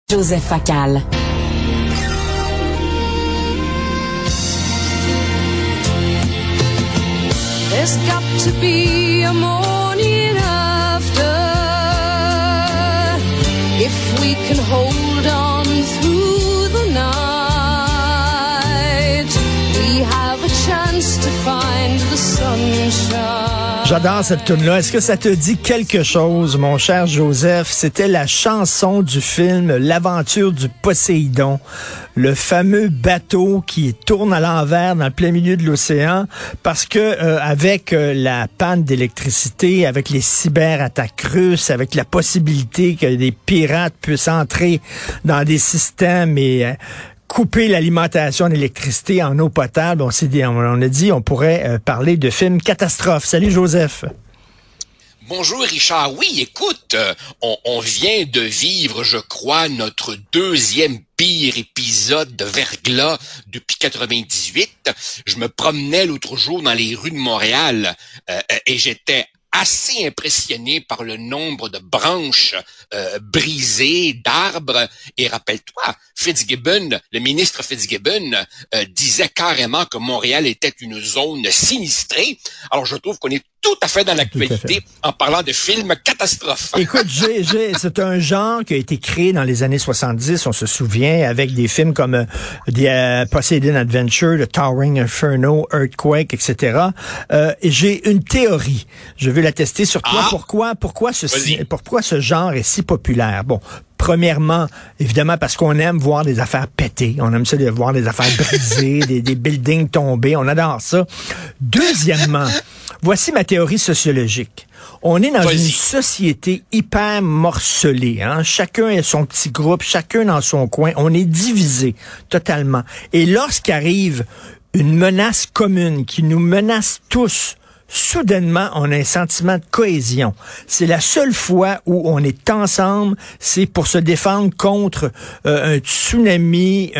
Joseph Facal. There's got to be a morning after. If we can hold on through the night, we have a chance to find the sunshine. J'adore cette tune-là. Est-ce que ça te dit quelque chose, mon cher Joseph? C'était la chanson du film L'aventure du Poséidon, le fameux bateau qui tourne à l'envers dans le plein milieu de l'océan parce que avec la panne d'électricité, avec les cyberattaques russes, avec la possibilité que des pirates puissent entrer dans des systèmes et couper l'alimentation en électricité en eau potable, on a dit on pourrait parler de films catastrophes. Salut Joseph. Bonjour Richard. Oui, écoute, on vient de vivre, je crois, notre deuxième pire épisode de verglas depuis 98. Je me promenais l'autre jour dans les rues de Montréal et j'étais assez impressionné par le nombre de branches brisées, d'arbres. Et rappelle-toi, Fitzgibbon, le ministre Fitzgibbon, disait carrément que Montréal était une zone sinistrée. Alors je trouve qu'on est tout à fait dans l'actualité en parlant de films catastrophes. Écoute, c'est un genre qui a été créé dans les années 70, on se souvient, avec des films comme The Poseidon Adventure, The Towering Inferno, Earthquake, etc. Et j'ai une théorie. Je veux la tester sur toi. Pourquoi ce genre est si populaire? Bon, premièrement, évidemment, parce qu'on aime voir des affaires péter. On aime ça de voir des affaires brisées, des buildings tomber. On adore ça. Deuxièmement, voici ma théorie sociologique. On est dans une société hyper morcelée. Hein? Chacun a son petit groupe, chacun dans son coin. On est divisé totalement. Et lorsqu'arrive une menace commune qui nous menace tous, soudainement, on a un sentiment de cohésion. C'est la seule fois où on est ensemble, c'est pour se défendre contre un tsunami,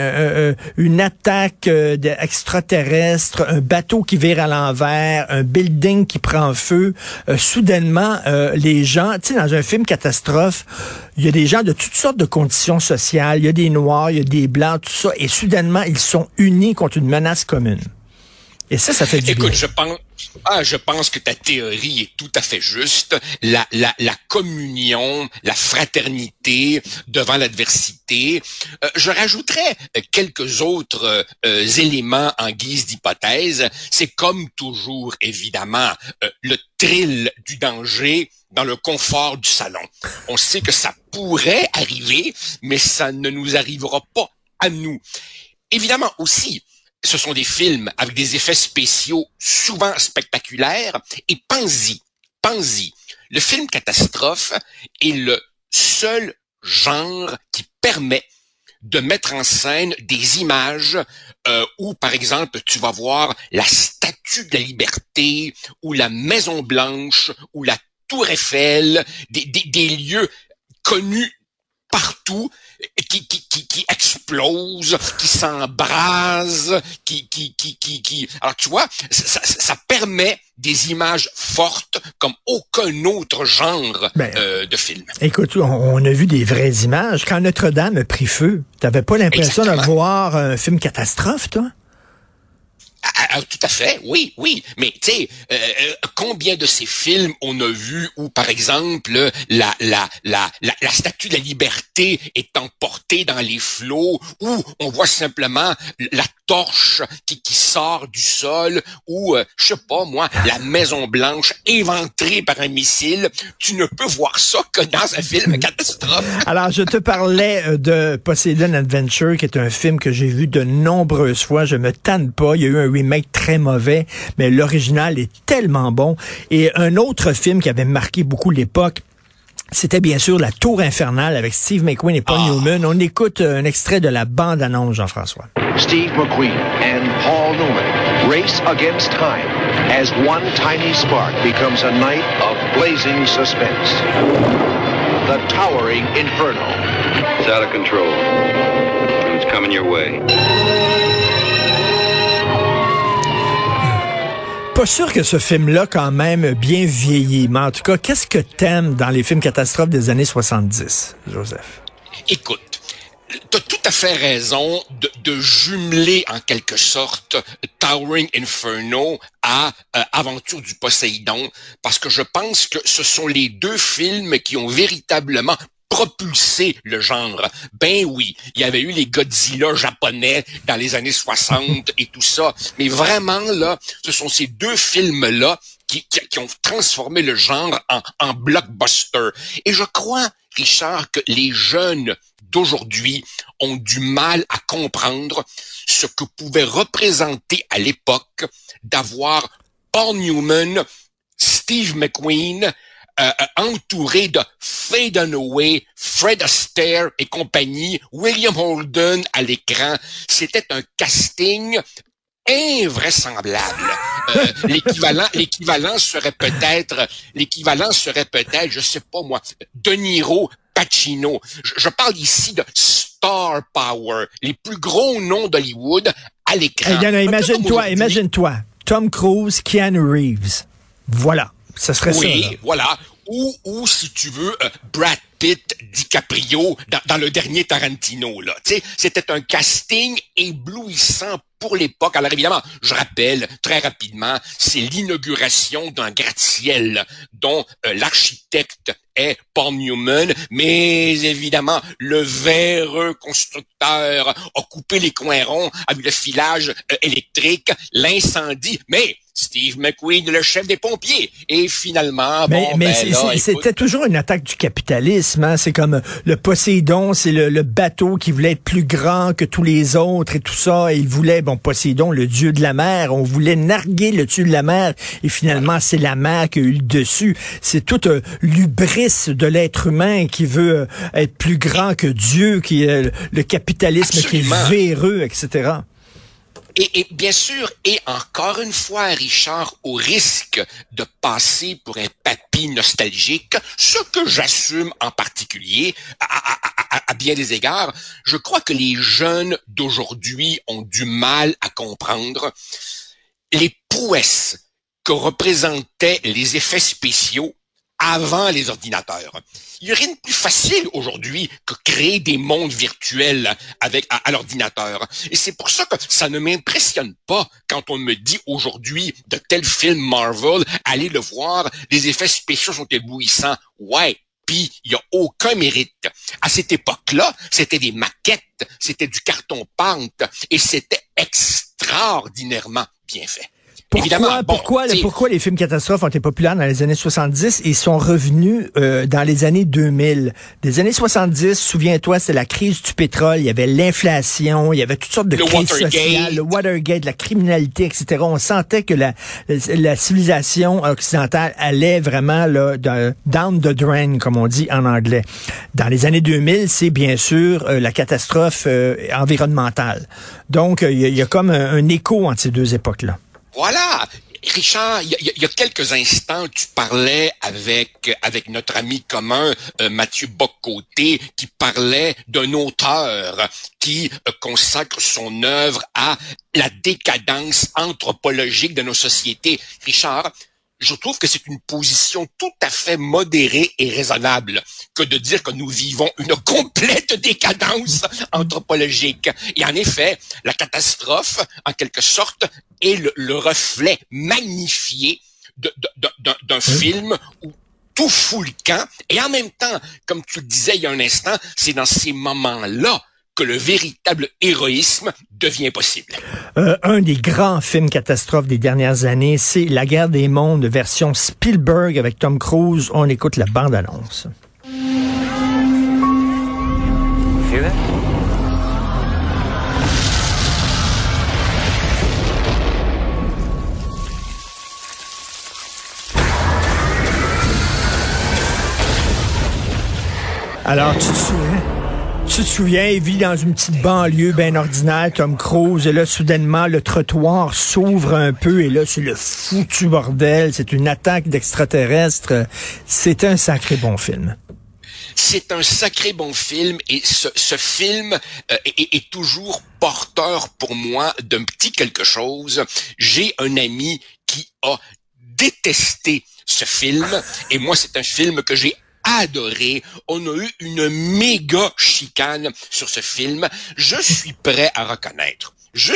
une attaque extraterrestre, un bateau qui vire à l'envers, un building qui prend feu. Soudainement, les gens, tu sais, dans un film catastrophe, il y a des gens de toutes sortes de conditions sociales, il y a des Noirs, il y a des Blancs, tout ça, et soudainement, ils sont unis contre une menace commune. Et ça fait du bien. Écoute, je pense que ta théorie est tout à fait juste. La communion, la fraternité devant l'adversité. Je rajouterais quelques autres éléments en guise d'hypothèse. C'est comme toujours, évidemment, le thrill du danger dans le confort du salon. On sait que ça pourrait arriver, mais ça ne nous arrivera pas à nous. Évidemment aussi, ce sont des films avec des effets spéciaux souvent spectaculaires. Et pense-y, le film catastrophe est le seul genre qui permet de mettre en scène des images où, par exemple, tu vas voir la Statue de la Liberté ou la Maison Blanche ou la Tour Eiffel, des lieux connus partout, qui explose, qui s'embrase, alors tu vois, ça permet des images fortes comme aucun autre genre de film. Écoute, on a vu des vraies images. Quand Notre-Dame a pris feu, t'avais pas l'impression de voir un film catastrophe, toi? Tout à fait, oui. Mais tu sais, combien de ces films on a vu où, par exemple, la Statue de la Liberté est emportée dans les flots, où on voit simplement la torche qui sort du sol, ou je sais pas moi, la Maison Blanche éventrée par un missile. Tu ne peux voir ça que dans un film catastrophe. Alors, je te parlais de Poseidon Adventure, qui est un film que j'ai vu de nombreuses fois. Je me tanne pas. Il y a eu un remake très mauvais, mais l'original est tellement bon. Et un autre film qui avait marqué beaucoup l'époque, c'était bien sûr La Tour Infernale avec Steve McQueen et Paul Newman. On écoute un extrait de la bande-annonce, Jean-François. Steve McQueen and Paul Newman race against time as one tiny spark becomes a night of blazing suspense. The Towering Inferno. It's out of control. It's coming your way. Pas sûr que ce film-là, quand même, bien vieilli. Mais en tout cas, qu'est-ce que t'aimes dans les films catastrophes des années 70, Joseph? Écoute, t'as tout à fait raison de jumeler en quelque sorte Towering Inferno à Aventure du Poséidon, parce que je pense que ce sont les deux films qui ont véritablement propulsé le genre. Ben oui, il y avait eu les Godzilla japonais dans les années 60 et tout ça, mais vraiment là, ce sont ces deux films-là qui ont transformé le genre en blockbuster. Et je crois, Richard, que les jeunes d'aujourd'hui ont du mal à comprendre ce que pouvait représenter à l'époque d'avoir Paul Newman, Steve McQueen, entouré de Faye Dunaway, Fred Astaire et compagnie, William Holden à l'écran. C'était un casting invraisemblable. L'équivalent serait peut-être, je sais pas moi, De Niro, Pacino. Je parle ici de star power, les plus gros noms d'Hollywood à l'écran. Imagine-toi, Tom Cruise, Keanu Reeves. Voilà, ça serait ça. Oui, là. voilà. Ou si tu veux, Brad Pitt, DiCaprio dans le dernier Tarantino, là. Tu sais, c'était un casting éblouissant pour l'époque. Alors évidemment, je rappelle très rapidement, c'est l'inauguration d'un gratte-ciel dont l'architecte est Paul Newman, mais évidemment, le véreux constructeur a coupé les coins ronds avec le filage électrique, l'incendie, mais Steve McQueen, le chef des pompiers. Et finalement, c'était toujours une attaque du capitalisme. Hein? C'est comme le Poséidon, c'est le bateau qui voulait être plus grand que tous les autres et tout ça. Et il voulait, Poséidon, le dieu de la mer. On voulait narguer le dieu de la mer. Et finalement, c'est la mer qui a eu le dessus. C'est toute l'hubris de l'être humain qui veut être plus grand que Dieu, qui est le capitalisme Absolument. qui est véreux, etc. Et bien sûr, et encore une fois, Richard, au risque de passer pour un papy nostalgique, ce que j'assume en particulier, à bien des égards, je crois que les jeunes d'aujourd'hui ont du mal à comprendre les prouesses que représentaient les effets spéciaux avant les ordinateurs. Il n'y a rien de plus facile aujourd'hui que créer des mondes virtuels à l'ordinateur. Et c'est pour ça que ça ne m'impressionne pas quand on me dit aujourd'hui de tel film Marvel, allez le voir, les effets spéciaux sont éblouissants. Ouais, puis il n'y a aucun mérite. À cette époque-là, c'était des maquettes, c'était du carton-pâte et c'était extraordinairement bien fait. Pourquoi les films catastrophes ont été populaires dans les années 70 et sont revenus dans les années 2000? Des années 70, souviens-toi, c'est la crise du pétrole, il y avait l'inflation, il y avait toutes sortes de crises sociales, le Watergate, la criminalité, etc. On sentait que la civilisation occidentale allait vraiment là, down the drain, comme on dit en anglais. Dans les années 2000, c'est bien sûr la catastrophe environnementale. Donc, il y a comme un écho entre ces deux époques-là. Voilà. Richard, il y a quelques instants, tu parlais avec notre ami commun Mathieu Bock-Côté, qui parlait d'un auteur qui consacre son œuvre à la décadence anthropologique de nos sociétés. Richard, je trouve que c'est une position tout à fait modérée et raisonnable que de dire que nous vivons une complète décadence anthropologique. Et en effet, la catastrophe, en quelque sorte, est le reflet magnifié d'un film où tout fout le camp. Et en même temps, comme tu le disais il y a un instant, c'est dans ces moments-là que le véritable héroïsme devient possible. Un des grands films catastrophes des dernières années, c'est La Guerre des mondes, version Spielberg avec Tom Cruise. On écoute la bande-annonce. Hear that? Alors, tu te souviens, il vit dans une petite banlieue bien ordinaire, Tom Cruise, et là, soudainement, le trottoir s'ouvre un peu, et là, c'est le foutu bordel, c'est une attaque d'extraterrestres. C'est un sacré bon film. C'est un sacré bon film, et ce film est toujours porteur pour moi d'un petit quelque chose. J'ai un ami qui a détesté ce film, et moi, c'est un film que j'ai adoré. On a eu une méga chicane sur ce film. Je suis prêt à reconnaître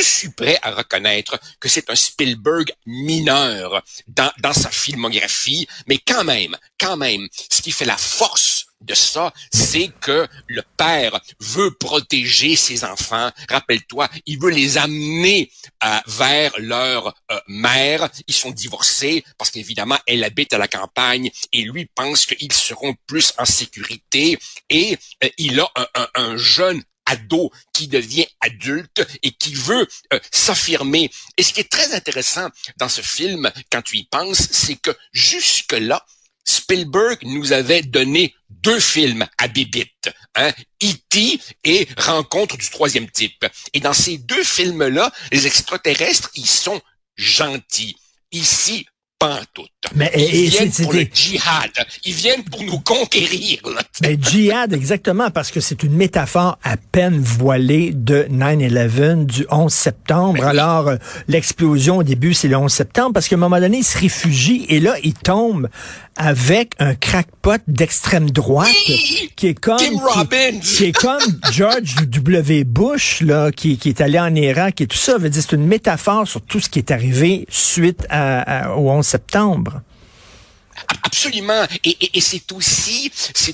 que c'est un Spielberg mineur dans sa filmographie, mais quand même, ce qui fait la force de ça, c'est que le père veut protéger ses enfants. Rappelle-toi, il veut les amener vers leur mère. Ils sont divorcés parce qu'évidemment, elle habite à la campagne et lui pense qu'ils seront plus en sécurité. Et il a un jeune ado qui devient adulte et qui veut s'affirmer. Et ce qui est très intéressant dans ce film, quand tu y penses, c'est que jusque-là, Spielberg nous avait donné 2 films à bébite, E.T. et Rencontre du troisième type. Et dans ces 2 films-là, les extraterrestres, ils sont gentils. Ici, pas en tout. Mais ils viennent pour le djihad. Ils viennent pour nous conquérir. Là. Mais djihad, exactement, parce que c'est une métaphore à peine voilée de 9/11, du 11 septembre. Oui. Alors, l'explosion au début, c'est le 11 septembre, parce qu'à un moment donné, il se réfugie, et là, il tombe avec un crackpot d'extrême droite, qui est comme Tim Robbins, qui est comme George W. Bush, là, qui est allé en Irak et tout ça. Veut dire, c'est une métaphore sur tout ce qui est arrivé suite au 11 septembre. Absolument. Et c'est aussi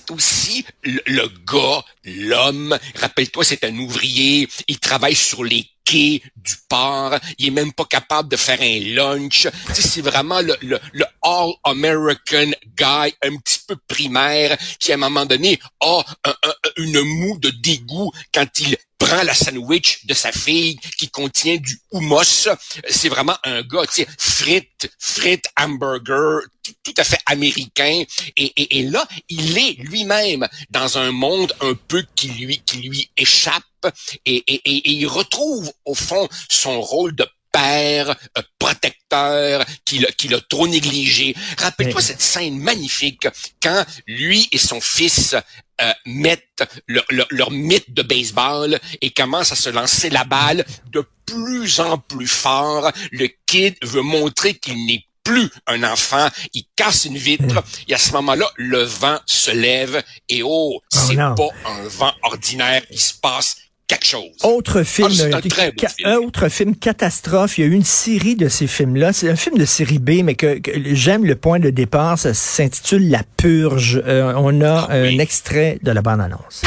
le gars, l'homme. Rappelle-toi, c'est un ouvrier. Il travaille sur les quais du port. Il est même pas capable de faire un lunch. Tu sais, c'est vraiment le all-American guy, un petit peu primaire, qui à un moment donné a une moue de dégoût quand il prend la sandwich de sa fille qui contient du hummus. C'est vraiment un gars, tu sais, frites, hamburger, tout à fait américain. Et là, il est lui-même dans un monde un peu qui lui échappe et il retrouve au fond son rôle de père, protecteur, qu'il a trop négligé. Rappelle-toi cette scène magnifique quand lui et son fils mettent leur mythe de baseball et commencent à se lancer la balle de plus en plus fort. Le kid veut montrer qu'il n'est plus un enfant, il casse une vitre, et à ce moment-là, le vent se lève, et c'est pas un vent ordinaire, il se passe quelque chose. Autre film, c'est un très beau film. Autre film catastrophe, il y a eu une série de ces films-là, c'est un film de série B, mais que j'aime le point de départ, ça s'intitule La Purge. On a un extrait de la bande-annonce.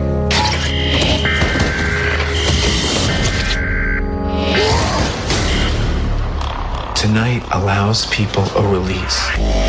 Tonight allows people a release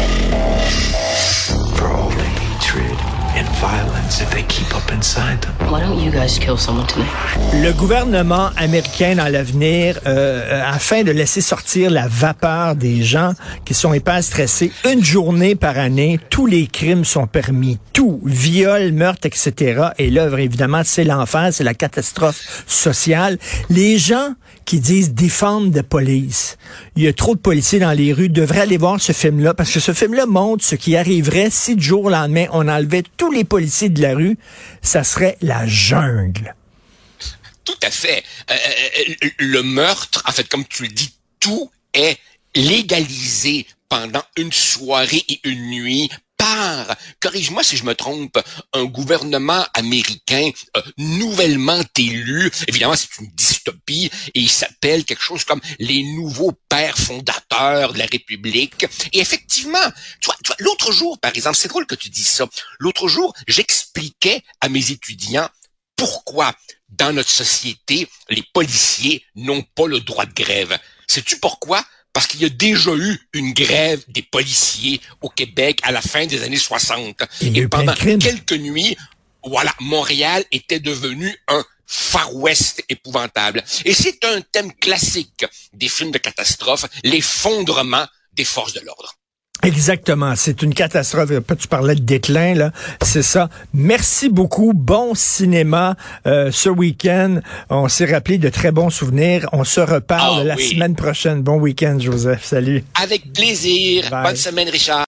for all the hatred and violence that they keep up inside them. Why don't you guys kill someone tonight? Le gouvernement américain dans l'avenir, afin de laisser sortir la vapeur des gens qui sont hyper stressés, 1 journée par année, tous les crimes sont permis. Tout, viol, meurtre, etc. Et l'œuvre, évidemment, c'est l'enfer, c'est la catastrophe sociale. Les gens qui disent défendre de police, il y a trop de policiers dans les rues, devraient aller voir ce film-là, parce que ce film-là montre ce qui arriverait si du jour au lendemain, on enlevait tous les policiers de la rue, ça serait la jungle. Tout à fait. Le meurtre, en fait, comme tu le dis, tout est légalisé pendant une soirée et une nuit par, corrige-moi si je me trompe, un gouvernement américain nouvellement élu. Évidemment, c'est une dystopie et il s'appelle quelque chose comme les nouveaux pères fondateurs de la République. Et effectivement, tu vois, l'autre jour, par exemple, c'est drôle que tu dises ça. L'autre jour, j'expliquais à mes étudiants pourquoi dans notre société, les policiers n'ont pas le droit de grève. Sais-tu pourquoi? Parce qu'il y a déjà eu une grève des policiers au Québec à la fin des années 60. Et pendant quelques nuits, voilà, Montréal était devenu un Far West épouvantable. Et c'est un thème classique des films de catastrophe, l'effondrement des forces de l'ordre. Exactement, c'est une catastrophe. Tu parlais de déclin, là, c'est ça. Merci beaucoup, bon cinéma ce week-end. On s'est rappelé de très bons souvenirs. On se reparle la semaine prochaine. Bon week-end, Joseph. Salut. Avec plaisir. Bye. Bonne semaine, Richard.